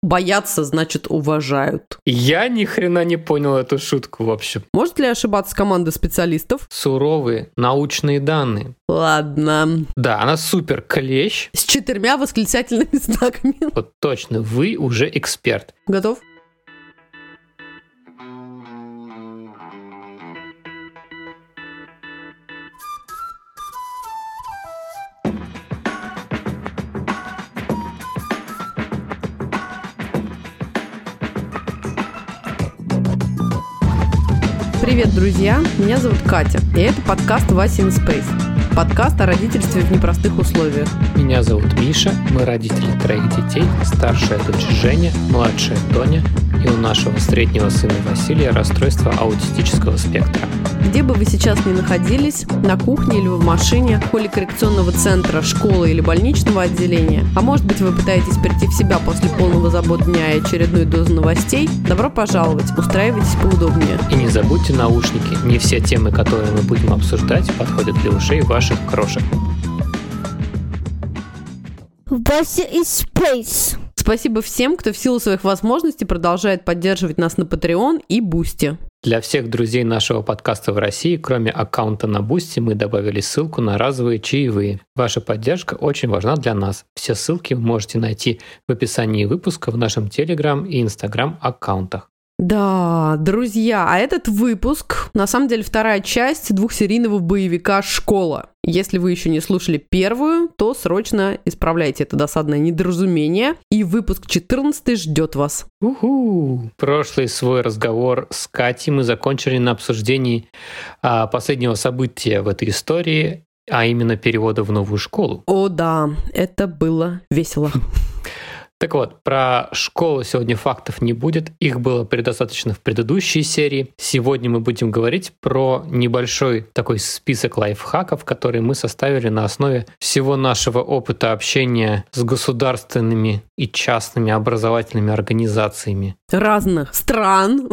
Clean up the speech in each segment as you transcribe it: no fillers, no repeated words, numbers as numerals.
Боятся, значит, уважают. Я ни хрена не понял эту шутку, в общем. Может ли ошибаться команда специалистов? Суровые научные данные. Ладно. Да, она супер клещ. С 4 восклицательными знаками. Вот точно, вы уже эксперт. Готов? Привет, друзья! Меня зовут Катя, и это подкаст «Вася in Space». Подкаст о родительстве в непростых условиях. Меня зовут Миша, мы родители 3 детей, старшая дочь Женя, младшая Тоня, и у нашего среднего сына Василия расстройство аутистического спектра. Где бы вы сейчас ни находились, на кухне или в машине, в холле коррекционного центра, школы или больничного отделения, а может быть вы пытаетесь прийти в себя после полного забот дня и очередной дозы новостей, добро пожаловать, устраивайтесь поудобнее. И не забудьте наушники, не все темы, которые мы будем обсуждать, подходят для ушей ваших крошек. Вася in Space. Спасибо всем, кто в силу своих возможностей продолжает поддерживать нас на Patreon и Boosty. Для всех друзей нашего подкаста в России, кроме аккаунта на Boosty, мы добавили ссылку на разовые чаевые. Ваша поддержка очень важна для нас. Все ссылки вы можете найти в описании выпуска в нашем Telegram и Instagram аккаунтах. Да, друзья, а этот выпуск, на самом деле, вторая часть двухсерийного боевика «Школа». Если вы еще не слушали первую, то срочно исправляйте это досадное недоразумение, и выпуск 14 ждет вас. Уху! Прошлый свой разговор с Катей мы закончили на обсуждении последнего события в этой истории, а именно перевода в новую школу. О да, это было весело. Так вот, про школу сегодня фактов не будет, их было предостаточно в предыдущей серии. Сегодня мы будем говорить про небольшой такой список лайфхаков, которые мы составили на основе всего нашего опыта общения с государственными и частными образовательными организациями. Разных стран.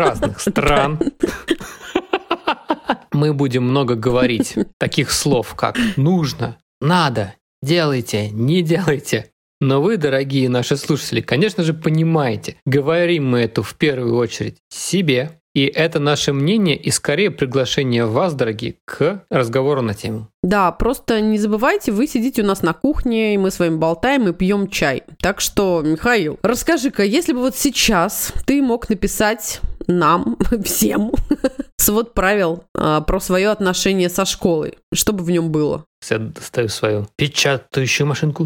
Мы будем много говорить таких слов, как «нужно», «надо», «делайте», «не делайте». Но вы, дорогие наши слушатели, конечно же, понимаете, говорим мы это в первую очередь себе, и это наше мнение и скорее приглашение вас, дорогие, к разговору на тему. Да, просто не забывайте, вы сидите у нас на кухне, и мы с вами болтаем и пьем чай. Так что, Михаил, расскажи-ка, если бы вот сейчас ты мог написать нам, всем, свод правил про свое отношение со школой, что бы в нем было? Я достаю свою печатающую машинку.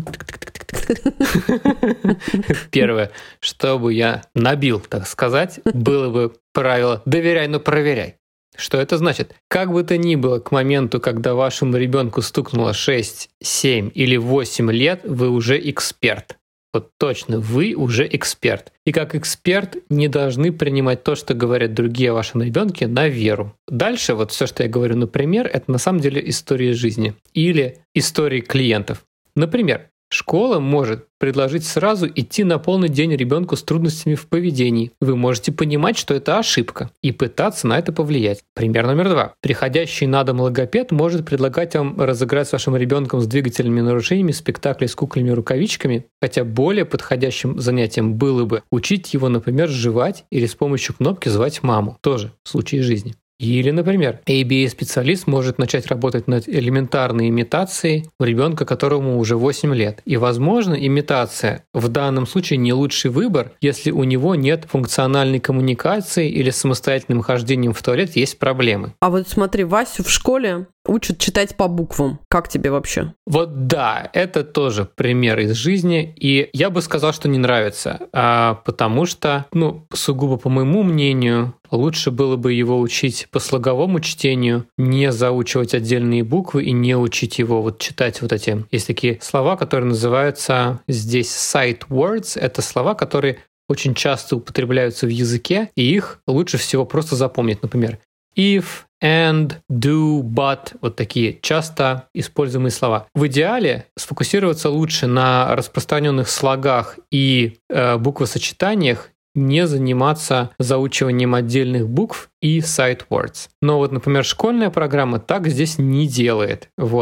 Первое, что бы я набил, так сказать, было бы правило «доверяй, но проверяй». Что это значит? Как бы то ни было, к моменту, когда вашему ребенку стукнуло 6, 7 или 8 лет, вы уже эксперт. Вот точно, вы уже эксперт. И как эксперт не должны принимать то, что говорят другие о вашем ребенке, на веру. Дальше вот все, что я говорю, например, это на самом деле история жизни или истории клиентов. Например, школа может предложить сразу идти на полный день ребенку с трудностями в поведении. Вы можете понимать, что это ошибка, и пытаться на это повлиять. Пример номер 2. Приходящий на дом логопед может предлагать вам разыграть с вашим ребенком с двигательными нарушениями спектакли с куклями-рукавичками, хотя более подходящим занятием было бы учить его, например, жевать или с помощью кнопки звать маму. Тоже в случае жизни. Или, например, ABA-специалист может начать работать над элементарной имитацией у ребенка, которому уже 8 лет. И, возможно, имитация в данном случае не лучший выбор, если у него нет функциональной коммуникации или с самостоятельным хождением в туалет есть проблемы. А вот смотри, Васю в школе учат читать по буквам. Как тебе вообще? Вот да, это тоже пример из жизни, и я бы сказал, что не нравится, потому что, сугубо по моему мнению, лучше было бы его учить по слоговому чтению, не заучивать отдельные буквы и не учить его вот читать вот эти. Есть такие слова, которые называются здесь sight words. Это слова, которые очень часто употребляются в языке, и их лучше всего просто запомнить. Например, if, and, do, but, вот такие часто используемые слова. В идеале сфокусироваться лучше на распространенных слогах и буквосочетаниях, не заниматься заучиванием отдельных букв и sight words. Но вот, например, школьная программа так здесь не делает. Вот.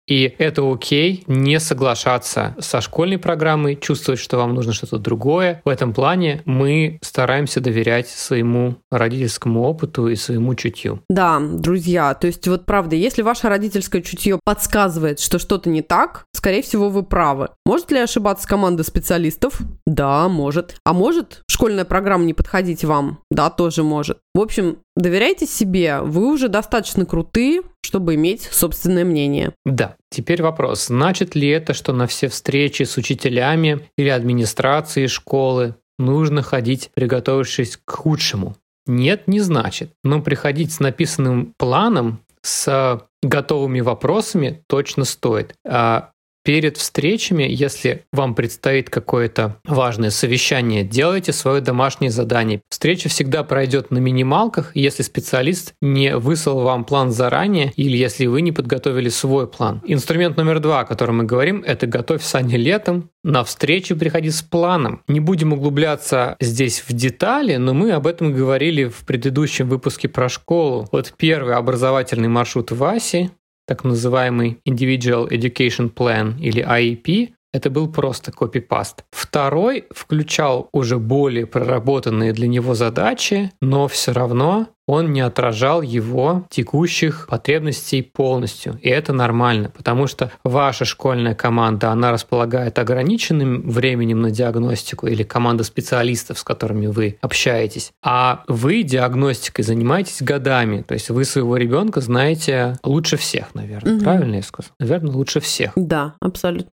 И это окей, не соглашаться со школьной программой, чувствовать, что вам нужно что-то другое. В этом плане мы стараемся доверять своему родительскому опыту и своему чутью. Да, друзья, то есть вот правда, если ваше родительское чутье подсказывает, что что-то не так, скорее всего, вы правы. Может ли ошибаться команда специалистов? Да, может. А может школьная программа не подходить вам? Да, тоже может. В общем, доверяйте себе, вы уже достаточно крутые, чтобы иметь собственное мнение. Да. Теперь вопрос, значит ли это, что на все встречи с учителями или администрацией школы нужно ходить, приготовившись к худшему? Нет, не значит. Но приходить с написанным планом, с готовыми вопросами точно стоит. Перед встречами, если вам предстоит какое-то важное совещание, делайте свое домашнее задание. Встреча всегда пройдет на минималках, если специалист не выслал вам план заранее или если вы не подготовили свой план. Инструмент номер 2, о котором мы говорим, это готовь сани летом. На встречу приходи с планом. Не будем углубляться здесь в детали, но мы об этом говорили в предыдущем выпуске про школу. Вот первый образовательный маршрут Васи, так называемый Individual Education Plan или IEP, это был просто копипаст. Второй включал уже более проработанные для него задачи, но все равно он не отражал его текущих потребностей полностью. И это нормально, потому что ваша школьная команда, она располагает ограниченным временем на диагностику или команда специалистов, с которыми вы общаетесь. А вы диагностикой занимаетесь годами. То есть вы своего ребенка знаете лучше всех, наверное. Правильно я сказал? Наверное, лучше всех. Да, абсолютно.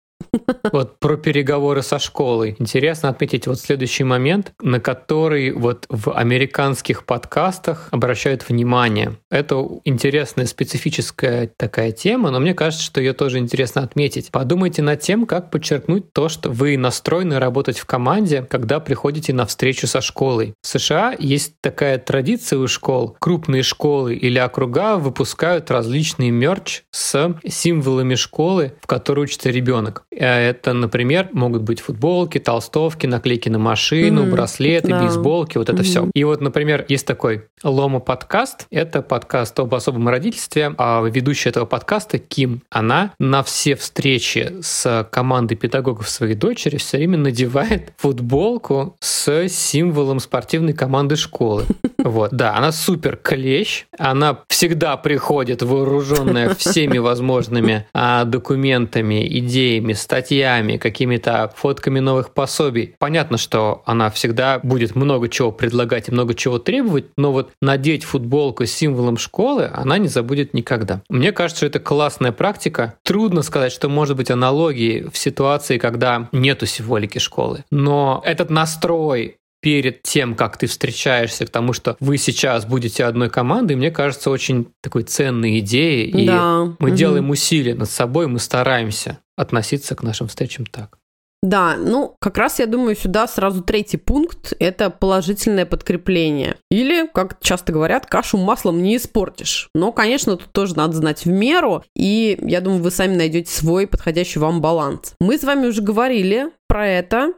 Вот про переговоры со школой. Интересно отметить вот следующий момент, на который вот в американских подкастах обращают внимание. Это интересная специфическая такая тема, но мне кажется, что ее тоже интересно отметить. Подумайте над тем, как подчеркнуть то, что вы настроены работать в команде, когда приходите на встречу со школой. В США есть такая традиция у школ. Крупные школы или округа выпускают различный мерч с символами школы, в которой учится ребенок. Это, например, могут быть футболки, толстовки, наклейки на машину, браслеты, бейсболки, вот это все. И вот, например, есть такой Лома подкаст. Это подкаст об особом родительстве. А ведущая этого подкаста Ким, она на все встречи с командой педагогов своей дочери все время надевает футболку с символом спортивной команды школы. Вот, да, она супер клещ. Она всегда приходит вооруженная всеми возможными документами, идеями, статьями, какими-то фотками новых пособий. Понятно, что она всегда будет много чего предлагать и много чего требовать, но вот надеть футболку с символом школы она не забудет никогда. Мне кажется, что это классная практика. Трудно сказать, что может быть аналогии в ситуации, когда нету символики школы. Но этот настрой перед тем, как ты встречаешься к тому, что вы сейчас будете одной командой, мне кажется, очень такой ценной идеей. И мы делаем усилия над собой, мы стараемся относиться к нашим встречам так. Да, ну, как раз, я думаю, сюда сразу третий пункт – это положительное подкрепление. Или, как часто говорят, кашу маслом не испортишь. Но, конечно, тут тоже надо знать в меру, и я думаю, вы сами найдете свой подходящий вам баланс. Мы с вами уже говорили про это,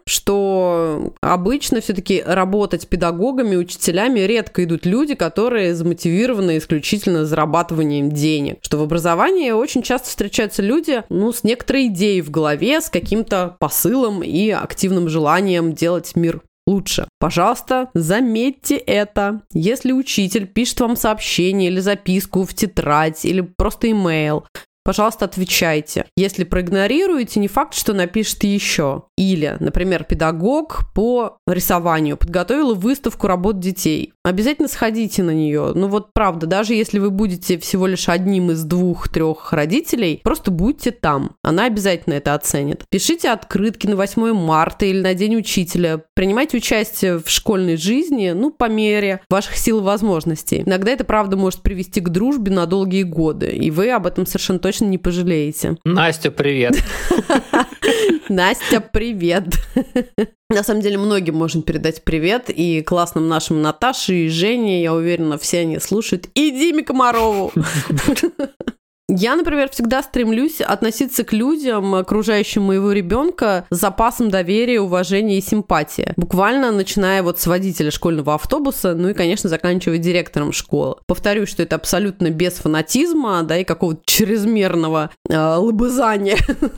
что обычно все-таки работать педагогами, учителями редко идут люди, которые замотивированы исключительно зарабатыванием денег. Что в образовании очень часто встречаются люди, с некоторой идеей в голове, с каким-то посылом и активным желанием делать мир лучше. Пожалуйста, заметьте это. Если учитель пишет вам сообщение или записку в тетрадь или просто имейл, пожалуйста, отвечайте. Если проигнорируете, не факт, что напишет еще. Или, например, педагог по рисованию подготовила выставку работ детей. Обязательно сходите на нее. Правда, даже если вы будете всего лишь одним из 2-3 родителей, просто будьте там. Она обязательно это оценит. Пишите открытки на 8 марта или на День учителя. Принимайте участие в школьной жизни, по мере ваших сил и возможностей. Иногда это, правда, может привести к дружбе на долгие годы, и вы об этом совершенно точно не пожалеете. Настя, привет! Настя, привет! На самом деле, многим можно передать привет, и классным нашим Наташе и Жене, я уверена, все они слушают, и Диме Комарову! Я, например, всегда стремлюсь относиться к людям, окружающим моего ребенка, с запасом доверия, уважения и симпатии. Буквально начиная вот с водителя школьного автобуса, ну и, конечно, заканчивая директором школы. Повторюсь, что это абсолютно без фанатизма, да, и какого-то чрезмерного лобызания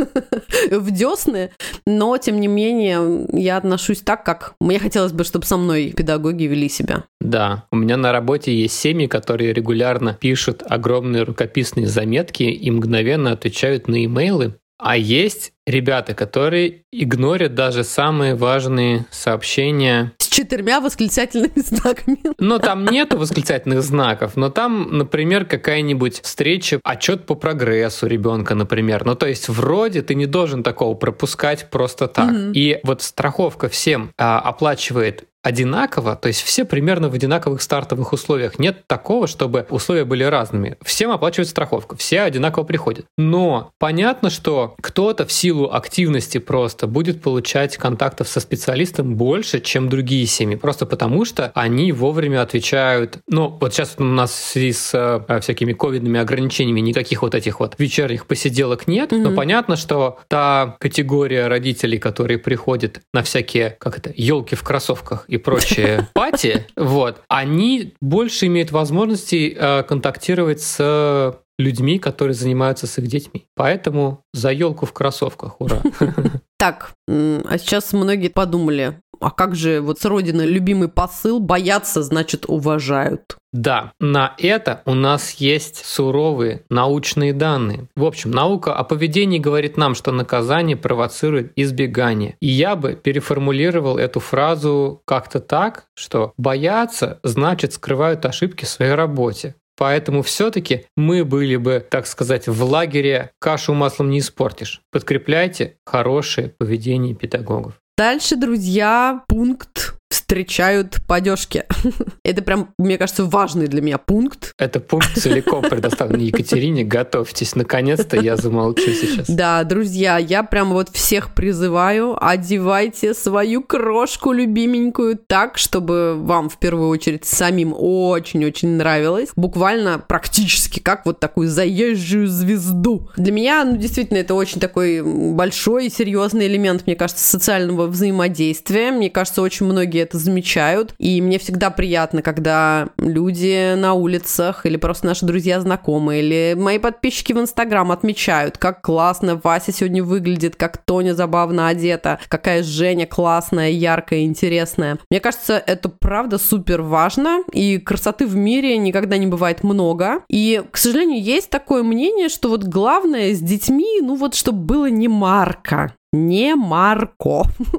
в десны, но, тем не менее, я отношусь так, как мне хотелось бы, чтобы со мной педагоги вели себя. Да, у меня на работе есть семьи, которые регулярно пишут огромные рукописные заметки и мгновенно отвечают на имейлы. А есть ребята, которые игнорят даже самые важные сообщения. С 4 восклицательными знаками. Но там нету восклицательных знаков, но там, например, какая-нибудь встреча, отчет по прогрессу ребенка, например. Ну, то есть вроде ты не должен такого пропускать просто так. И вот страховка всем оплачивает одинаково, то есть все примерно в одинаковых стартовых условиях. Нет такого, чтобы условия были разными. Всем оплачивает страховка, все одинаково приходят. Но понятно, что кто-то в силу активности просто будет получать контактов со специалистом больше, чем другие семьи. Просто потому, что они вовремя отвечают. Ну, вот сейчас у нас в связи с всякими ковидными ограничениями никаких вот этих вот вечерних посиделок нет, но понятно, что та категория родителей, которые приходят на всякие, елки в кроссовках и прочие пати, вот, они больше имеют возможности контактировать с людьми, которые занимаются с их детьми. Поэтому за елку в кроссовках, ура! Так, а сейчас многие подумали, а как же вот с родины любимый посыл «боятся, значит, уважают». Да, на это у нас есть суровые научные данные. В общем, наука о поведении говорит нам, что наказание провоцирует избегание. И я бы переформулировал эту фразу как-то так, что «боятся, значит, скрывают ошибки в своей работе». Поэтому все-таки мы были бы, так сказать, в лагере «кашу маслом не испортишь». Подкрепляйте хорошее поведение педагогов. Дальше, друзья, пункт «встречают по одежке». Это прям, мне кажется, важный для меня пункт. Это пункт целиком предоставлен Екатерине. Готовьтесь. Наконец-то я замолчу сейчас. Да, друзья, я прям вот всех призываю, одевайте свою крошку любименькую так, чтобы вам в первую очередь самим очень-очень нравилось. Буквально практически как вот такую заезжую звезду. Для меня, действительно, это очень такой большой и серьезный элемент, мне кажется, социального взаимодействия. Мне кажется, очень многие это замечают. И мне всегда приятно, когда люди на улицах или просто наши друзья-знакомые или мои подписчики в Инстаграм отмечают, как классно Вася сегодня выглядит, как Тоня забавно одета, какая Женя классная, яркая, интересная. Мне кажется, это правда супер важно, и красоты в мире никогда не бывает много. И, к сожалению, есть такое мнение, что вот главное с детьми, чтобы было не марка. Не марко,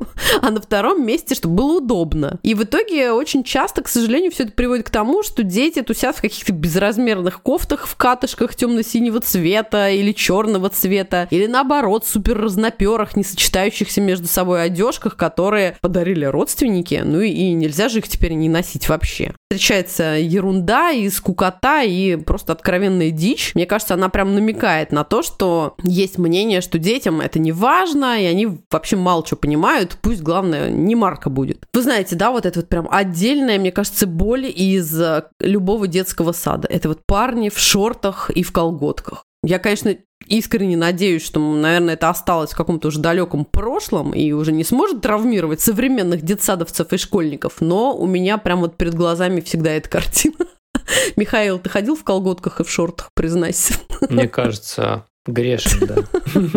а на втором месте, чтобы было удобно. И в итоге очень часто, к сожалению, все это приводит к тому, что дети тусят в каких-то безразмерных кофтах в катышках темно-синего цвета или черного цвета, или наоборот, супер разноперых, не сочетающихся между собой одежках, которые подарили родственники, и нельзя же их теперь не носить вообще. Встречается ерунда и скукота, и просто откровенная дичь. Мне кажется, она прям намекает на то, что есть мнение, что детям это не важно, и они вообще мало что понимают, пусть, главное, не марка будет. Вы знаете, да, вот это вот прям отдельная, мне кажется, боль из любого детского сада. Это вот парни в шортах и в колготках. Я, конечно, искренне надеюсь, что, наверное, это осталось в каком-то уже далеком прошлом и уже не сможет травмировать современных детсадовцев и школьников, но у меня прям вот перед глазами всегда эта картина. Михаил, ты ходил в колготках и в шортах, признайся? Мне кажется, грешен, да.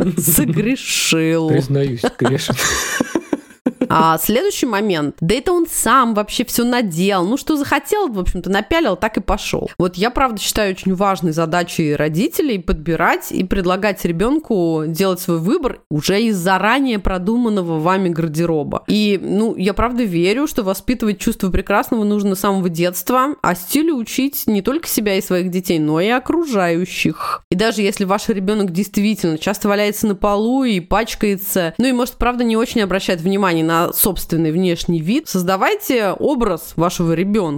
Согрешил. Признаюсь, грешен. А следующий момент. Да это он сам вообще все надел. Что захотел, в общем-то, напялил, так и пошел. Вот я, правда, считаю очень важной задачей родителей подбирать и предлагать ребенку делать свой выбор уже из заранее продуманного вами гардероба. И, я, правда, верю, что воспитывать чувство прекрасного нужно с самого детства, а стилю учить не только себя и своих детей, но и окружающих. И даже если ваш ребенок действительно часто валяется на полу и пачкается, и, может, правда, не очень обращает внимание на собственный внешний вид, создавайте образ вашего ребенка. Что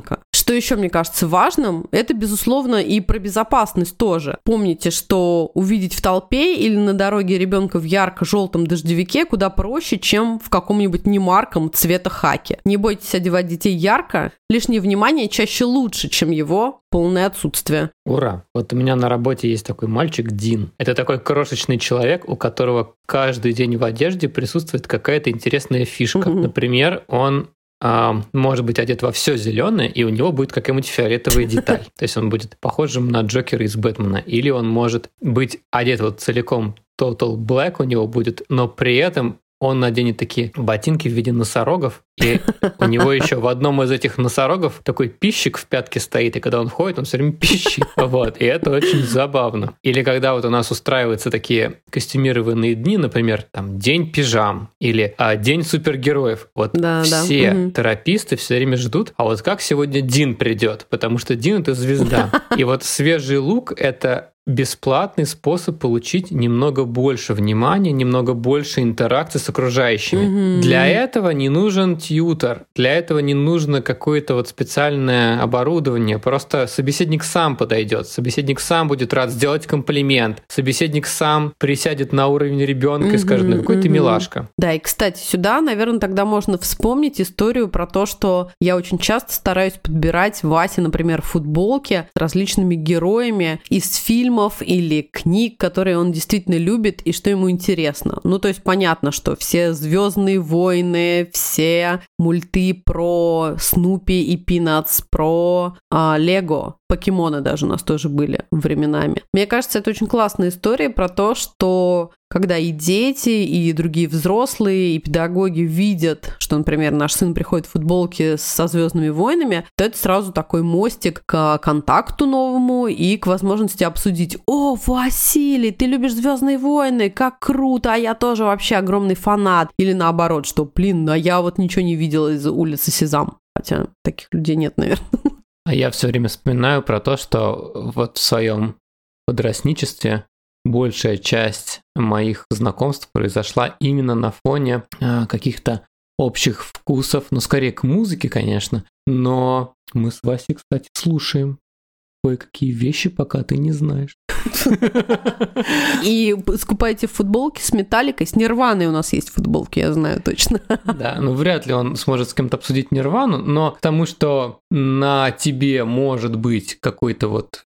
Что еще, мне кажется, важным, это, безусловно, и про безопасность тоже. Помните, что увидеть в толпе или на дороге ребенка в ярко-желтом дождевике куда проще, чем в каком-нибудь немарком цвета хаки. Не бойтесь одевать детей ярко, лишнее внимание чаще лучше, чем его полное отсутствие. Ура! Вот у меня на работе есть такой мальчик Дин. Это такой крошечный человек, у которого каждый день в одежде присутствует какая-то интересная фишка. Например, он может быть одет во все зеленое, и у него будет какая-нибудь фиолетовая деталь. То есть он будет похожим на Джокера из Бэтмена. Или он может быть одет вот целиком Total Black у него будет, но при этом он наденет такие ботинки в виде носорогов, и у него еще в одном из этих носорогов такой пищик в пятке стоит, и когда он ходит, он все время пищит. Вот, и это очень забавно. Или когда вот у нас устраиваются такие костюмированные дни, например, там День пижам или День супергероев. Вот все тераписты все время ждут, а вот как сегодня Дин придет, потому что Дин — это звезда. И вот свежий лук — это бесплатный способ получить немного больше внимания, немного больше интеракции с окружающими. Для этого не нужен тьютор, для этого не нужно какое-то вот специальное оборудование. Просто собеседник сам подойдет, собеседник сам будет рад сделать комплимент, собеседник сам присядет на уровень ребенка и скажет: ну какой ты милашка. Да, и, кстати, сюда, наверное, тогда можно вспомнить историю про то, что я очень часто стараюсь подбирать Васе, например, футболки с различными героями из фильмов или книг, которые он действительно любит и что ему интересно. Ну, то есть понятно, что все «Звездные войны», все мульты про Снупи и Пинатс, про Лего, покемоны даже у нас тоже были временами. Мне кажется, это очень классная история про то, что когда и дети, и другие взрослые, и педагоги видят, что, например, наш сын приходит в футболке со «Звездными войнами», то это сразу такой мостик к контакту новому и к возможности обсудить: «О, Василий, ты любишь «Звездные войны», как круто, а я тоже вообще огромный фанат». Или наоборот, что: «Блин, а я вот ничего не видела из «Улицы Сезам». Хотя таких людей нет, наверное. А я все время вспоминаю про то, что вот в своем подростничестве большая часть моих знакомств произошла именно на фоне каких-то общих вкусов, ну, скорее к музыке, конечно, но мы с Васей, кстати, слушаем кое-какие вещи, пока ты не знаешь. И скупаете футболки с Металликой, с Нирваной у нас есть футболки, я знаю точно. Да, ну вряд ли он сможет с кем-то обсудить Нирвану, но к тому, что на тебе может быть какой-то вот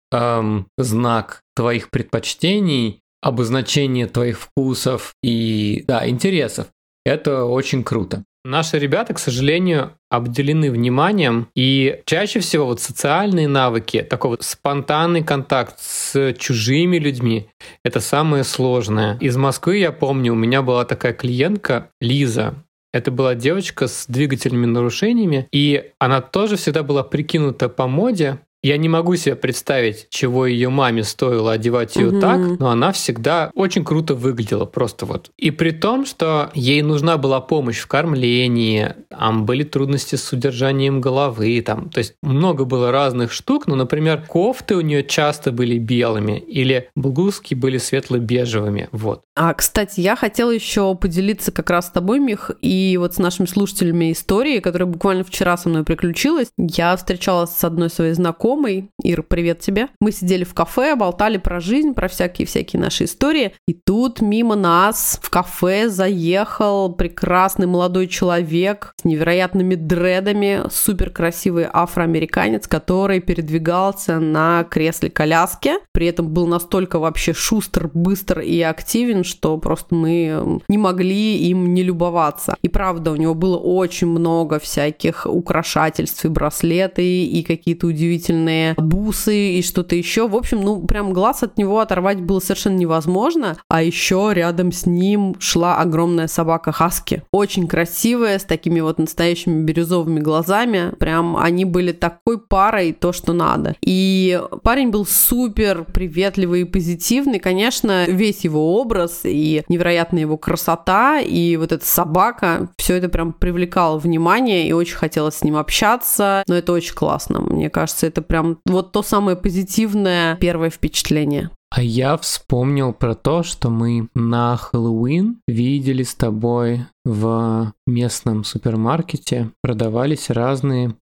знак твоих предпочтений, обозначение твоих вкусов и, да, интересов, это очень круто. Наши ребята, к сожалению, обделены вниманием, и чаще всего вот социальные навыки, такой вот спонтанный контакт с чужими людьми — это самое сложное. Из Москвы, я помню, у меня была такая клиентка Лиза. Это была девочка с двигательными нарушениями, и она тоже всегда была прикинута по моде. Я не могу себе представить, чего ее маме стоило одевать ее так, но она всегда очень круто выглядела, просто вот. И при том, что ей нужна была помощь в кормлении, там были трудности с удержанием головы, там, то есть много было разных штук, но, например, кофты у нее часто были белыми, или блузки были светло-бежевыми, вот. Кстати, я хотела еще поделиться как раз с тобой, Мих, и вот с нашими слушателями историей, которая буквально вчера со мной приключилась. Я встречалась с одной своей знакомой. Ир, привет тебе. Мы сидели в кафе, болтали про жизнь, про всякие наши истории. И тут мимо нас в кафе заехал прекрасный молодой человек с невероятными дредами, супер красивый афроамериканец, который передвигался на кресле-коляске. При этом был настолько вообще шустр, быстр и активен, что просто мы не могли им не любоваться. И правда, у него было очень много всяких украшательств и браслеты, и какие-то удивительные бусы и что-то еще. В общем, ну, прям глаз от него оторвать было совершенно невозможно. А еще рядом с ним шла огромная собака хаски. Очень красивая, с такими вот настоящими бирюзовыми глазами. Прям они были такой парой, то, что надо. И парень был супер приветливый и позитивный. Конечно, весь его образ и невероятная его красота, и вот эта собака, все это прям привлекало внимание, и очень хотелось с ним общаться. Но это очень классно. Мне кажется, это прям вот то самое позитивное первое впечатление. А я вспомнил про то, что мы на Хэллоуин видели с тобой в местном супермаркете, продавались разные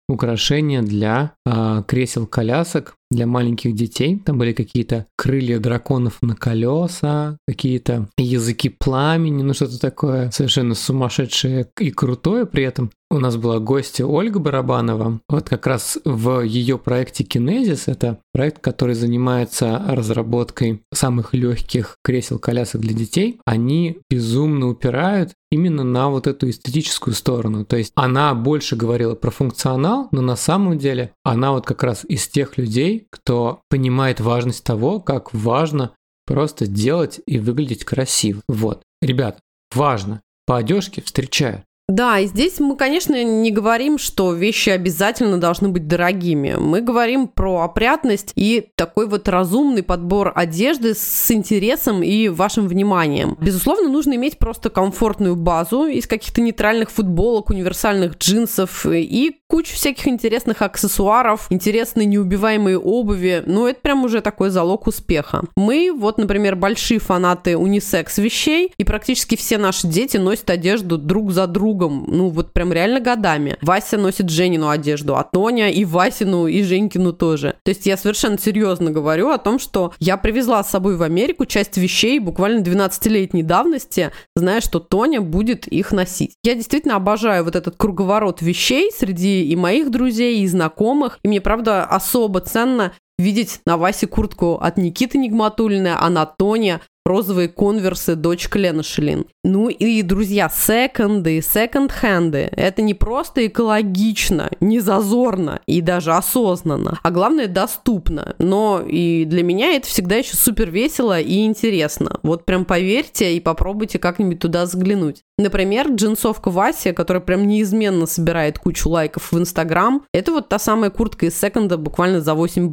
украшения для кресел-колясок для маленьких детей. Там были какие-то крылья драконов на колеса, какие-то языки пламени, ну что-то такое совершенно сумасшедшее и крутое при этом. У нас была гостья Ольга Барабанова. Вот как раз в ее проекте Kinesis, это проект, который занимается разработкой самых легких кресел-колясок для детей, они безумно упирают именно на вот эту эстетическую сторону. То есть она больше говорила про функционал, но на самом деле она вот как раз из тех людей, кто понимает важность того, как важно просто делать и выглядеть красиво. Вот. Ребят, важно. По одежке встречают. Да, и здесь мы, конечно, не говорим, что вещи обязательно должны быть дорогими. Мы говорим про опрятность и такой вот разумный подбор одежды с интересом и вашим вниманием. Безусловно, нужно иметь просто комфортную базу из каких-то нейтральных футболок, универсальных джинсов и кучу всяких интересных аксессуаров, интересной неубиваемой обуви. Ну, это прям уже такой залог успеха. Мы, вот, например, большие фанаты унисекс-вещей, и практически все наши дети носят одежду друг за другом. Ну, вот прям реально годами. Вася носит Женину одежду, а Тоня и Васину, и Женькину тоже. То есть я совершенно серьезно говорю о том, что я привезла с собой в Америку часть вещей буквально 12-летней давности, зная, что Тоня будет их носить. Я действительно обожаю вот этот круговорот вещей среди и моих друзей, и знакомых. И мне, правда, особо ценно видеть на Васе куртку от Никиты Нигматуллиной, а на Тоне розовые конверсы дочь Лена Шилин. Ну и, друзья, секонды, секонд-хенды – это не просто экологично, не зазорно и даже осознанно, а главное, доступно. Но и для меня это всегда еще супер весело и интересно. Вот прям поверьте и попробуйте как-нибудь туда заглянуть. Например, джинсовка Васи, которая прям неизменно собирает кучу лайков в Инстаграм, это вот та самая куртка из секонда буквально за $8.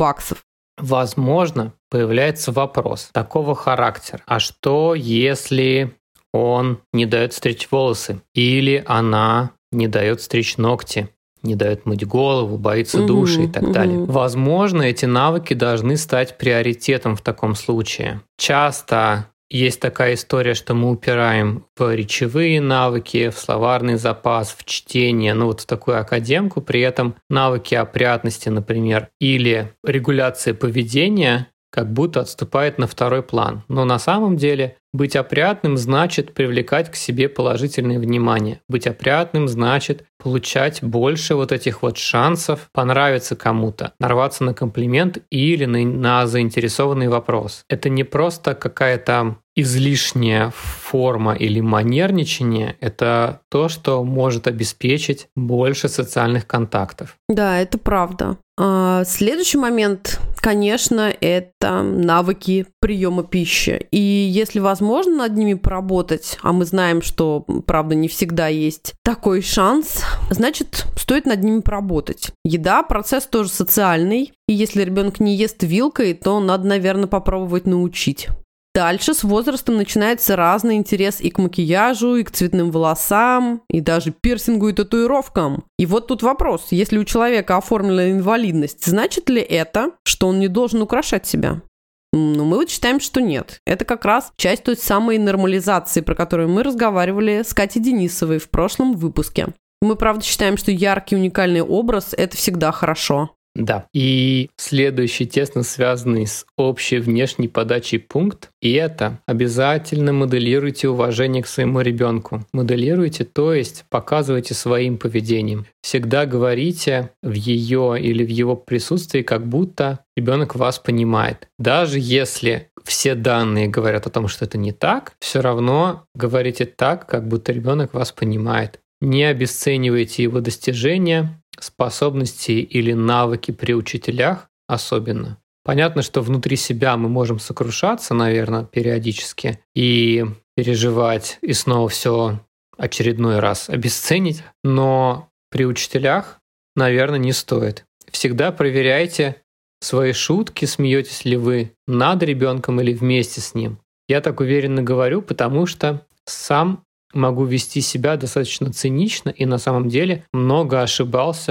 Возможно, появляется вопрос такого характера. А что, если он не дает стричь волосы? Или она не дает стричь ногти? Не дает мыть голову, боится души и так далее. Возможно, эти навыки должны стать приоритетом в таком случае. Часто есть такая история, что мы упираем в речевые навыки, в словарный запас, в чтение, ну вот в такую академку, при этом навыки опрятности, например, или регуляция поведения как будто отступает на второй план. Но на самом деле быть опрятным значит привлекать к себе положительное внимание. Быть опрятным значит получать больше вот этих вот шансов понравиться кому-то, нарваться на комплимент или на заинтересованный вопрос. Это не просто какая-то излишняя форма или манерничание, это то, что может обеспечить больше социальных контактов. Да, это правда. Следующий момент, конечно, это навыки приема пищи. И если возможно над ними поработать, а мы знаем, что, правда, не всегда есть такой шанс, значит, стоит над ними поработать. Еда – процесс тоже социальный, и если ребенок не ест вилкой, то надо, наверное, попробовать научить. Дальше с возрастом начинается разный интерес и к макияжу, и к цветным волосам, и даже пирсингу и татуировкам. И вот тут вопрос, если у человека оформлена инвалидность, значит ли это, что он не должен украшать себя? Ну, мы вот считаем, что нет. Это как раз часть той самой нормализации, про которую мы разговаривали с Катей Денисовой в прошлом выпуске. Мы, правда, считаем, что яркий, уникальный образ – это всегда хорошо. Да. И следующий, тесно связанный с общей внешней подачей пункт, и это обязательно моделируйте уважение к своему ребенку. Моделируйте, то есть показывайте своим поведением. Всегда говорите в ее или в его присутствии, как будто ребенок вас понимает. Даже если все данные говорят о том, что это не так, все равно говорите так, как будто ребенок вас понимает. Не обесценивайте его достижения, способности или навыки при учителях особенно. Понятно, что внутри себя мы можем сокрушаться, наверное, периодически и переживать, и снова все очередной раз обесценить, но при учителях, наверное, не стоит. Всегда проверяйте свои шутки, смеетесь ли вы над ребенком или вместе с ним. Я так уверенно говорю, потому что сам могу вести себя достаточно цинично и на самом деле много ошибался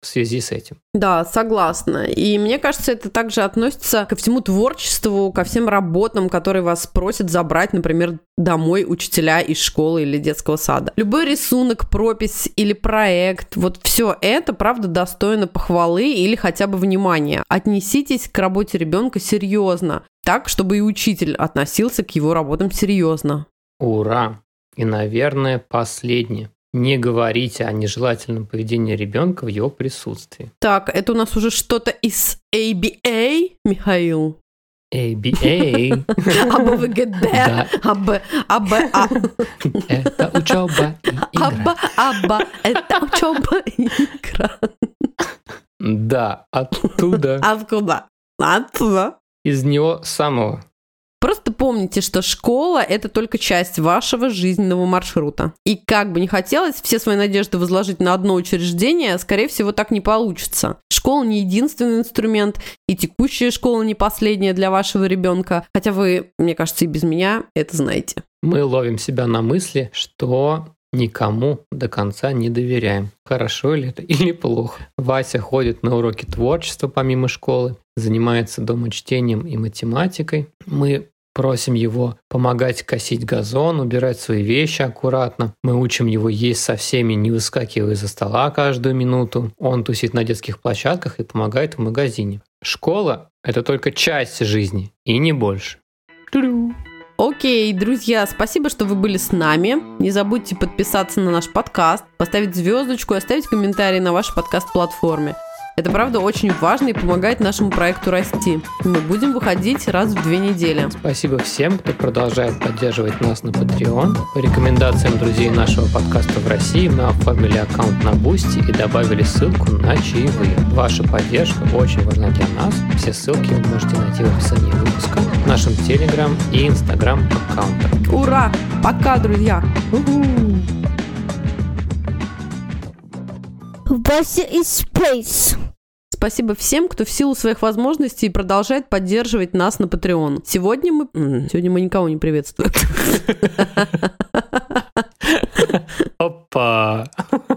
в связи с этим. Да, согласна. И мне кажется, это также относится ко всему творчеству, ко всем работам, которые вас просят забрать, например, домой учителя из школы или детского сада. Любой рисунок, пропись или проект, вот все это, правда, достойно похвалы или хотя бы внимания. Отнеситесь к работе ребенка серьезно, так, чтобы и учитель относился к его работам серьезно. Ура! И, наверное, последнее. Не говорите о нежелательном поведении ребенка в его присутствии. Так, это у нас уже что-то из ABA, Михаил? ABA. АБВГД. АБА. Это учеба и игра. АБА. Это учеба и игра. Да, оттуда. Откуда? Оттуда. Из него самого. Просто помните, что школа – это только часть вашего жизненного маршрута. И как бы ни хотелось все свои надежды возложить на одно учреждение, скорее всего, так не получится. Школа не единственный инструмент, и текущая школа не последняя для вашего ребенка. Хотя вы, мне кажется, и без меня это знаете. Мы ловим себя на мысли, что никому до конца не доверяем. Хорошо ли это или плохо? Вася ходит на уроки творчества помимо школы, занимается дома чтением и математикой. Мы просим его помогать косить газон, убирать свои вещи аккуратно. Мы учим его есть со всеми, не выскакивая из-за стола каждую минуту. Он тусит на детских площадках и помогает в магазине. Школа – это только часть жизни, и не больше. Ту-ду! Окей, друзья, спасибо, что вы были с нами. Не забудьте подписаться на наш подкаст, поставить звездочку и оставить комментарий на вашей подкаст-платформе. Это, правда, очень важно и помогает нашему проекту расти. Мы будем выходить раз в 2 недели. Спасибо всем, кто продолжает поддерживать нас на Patreon. По рекомендациям друзей нашего подкаста в России мы оформили аккаунт на Boosty и добавили ссылку на чаевые. Ваша поддержка очень важна для нас. Все ссылки вы можете найти в описании выпуска, в нашем Telegram и Instagram аккаунтах. Ура! Пока, друзья! Вася is Space. Спасибо всем, кто в силу своих возможностей продолжает поддерживать нас на Patreon. Сегодня мы никого не приветствуем. Опа!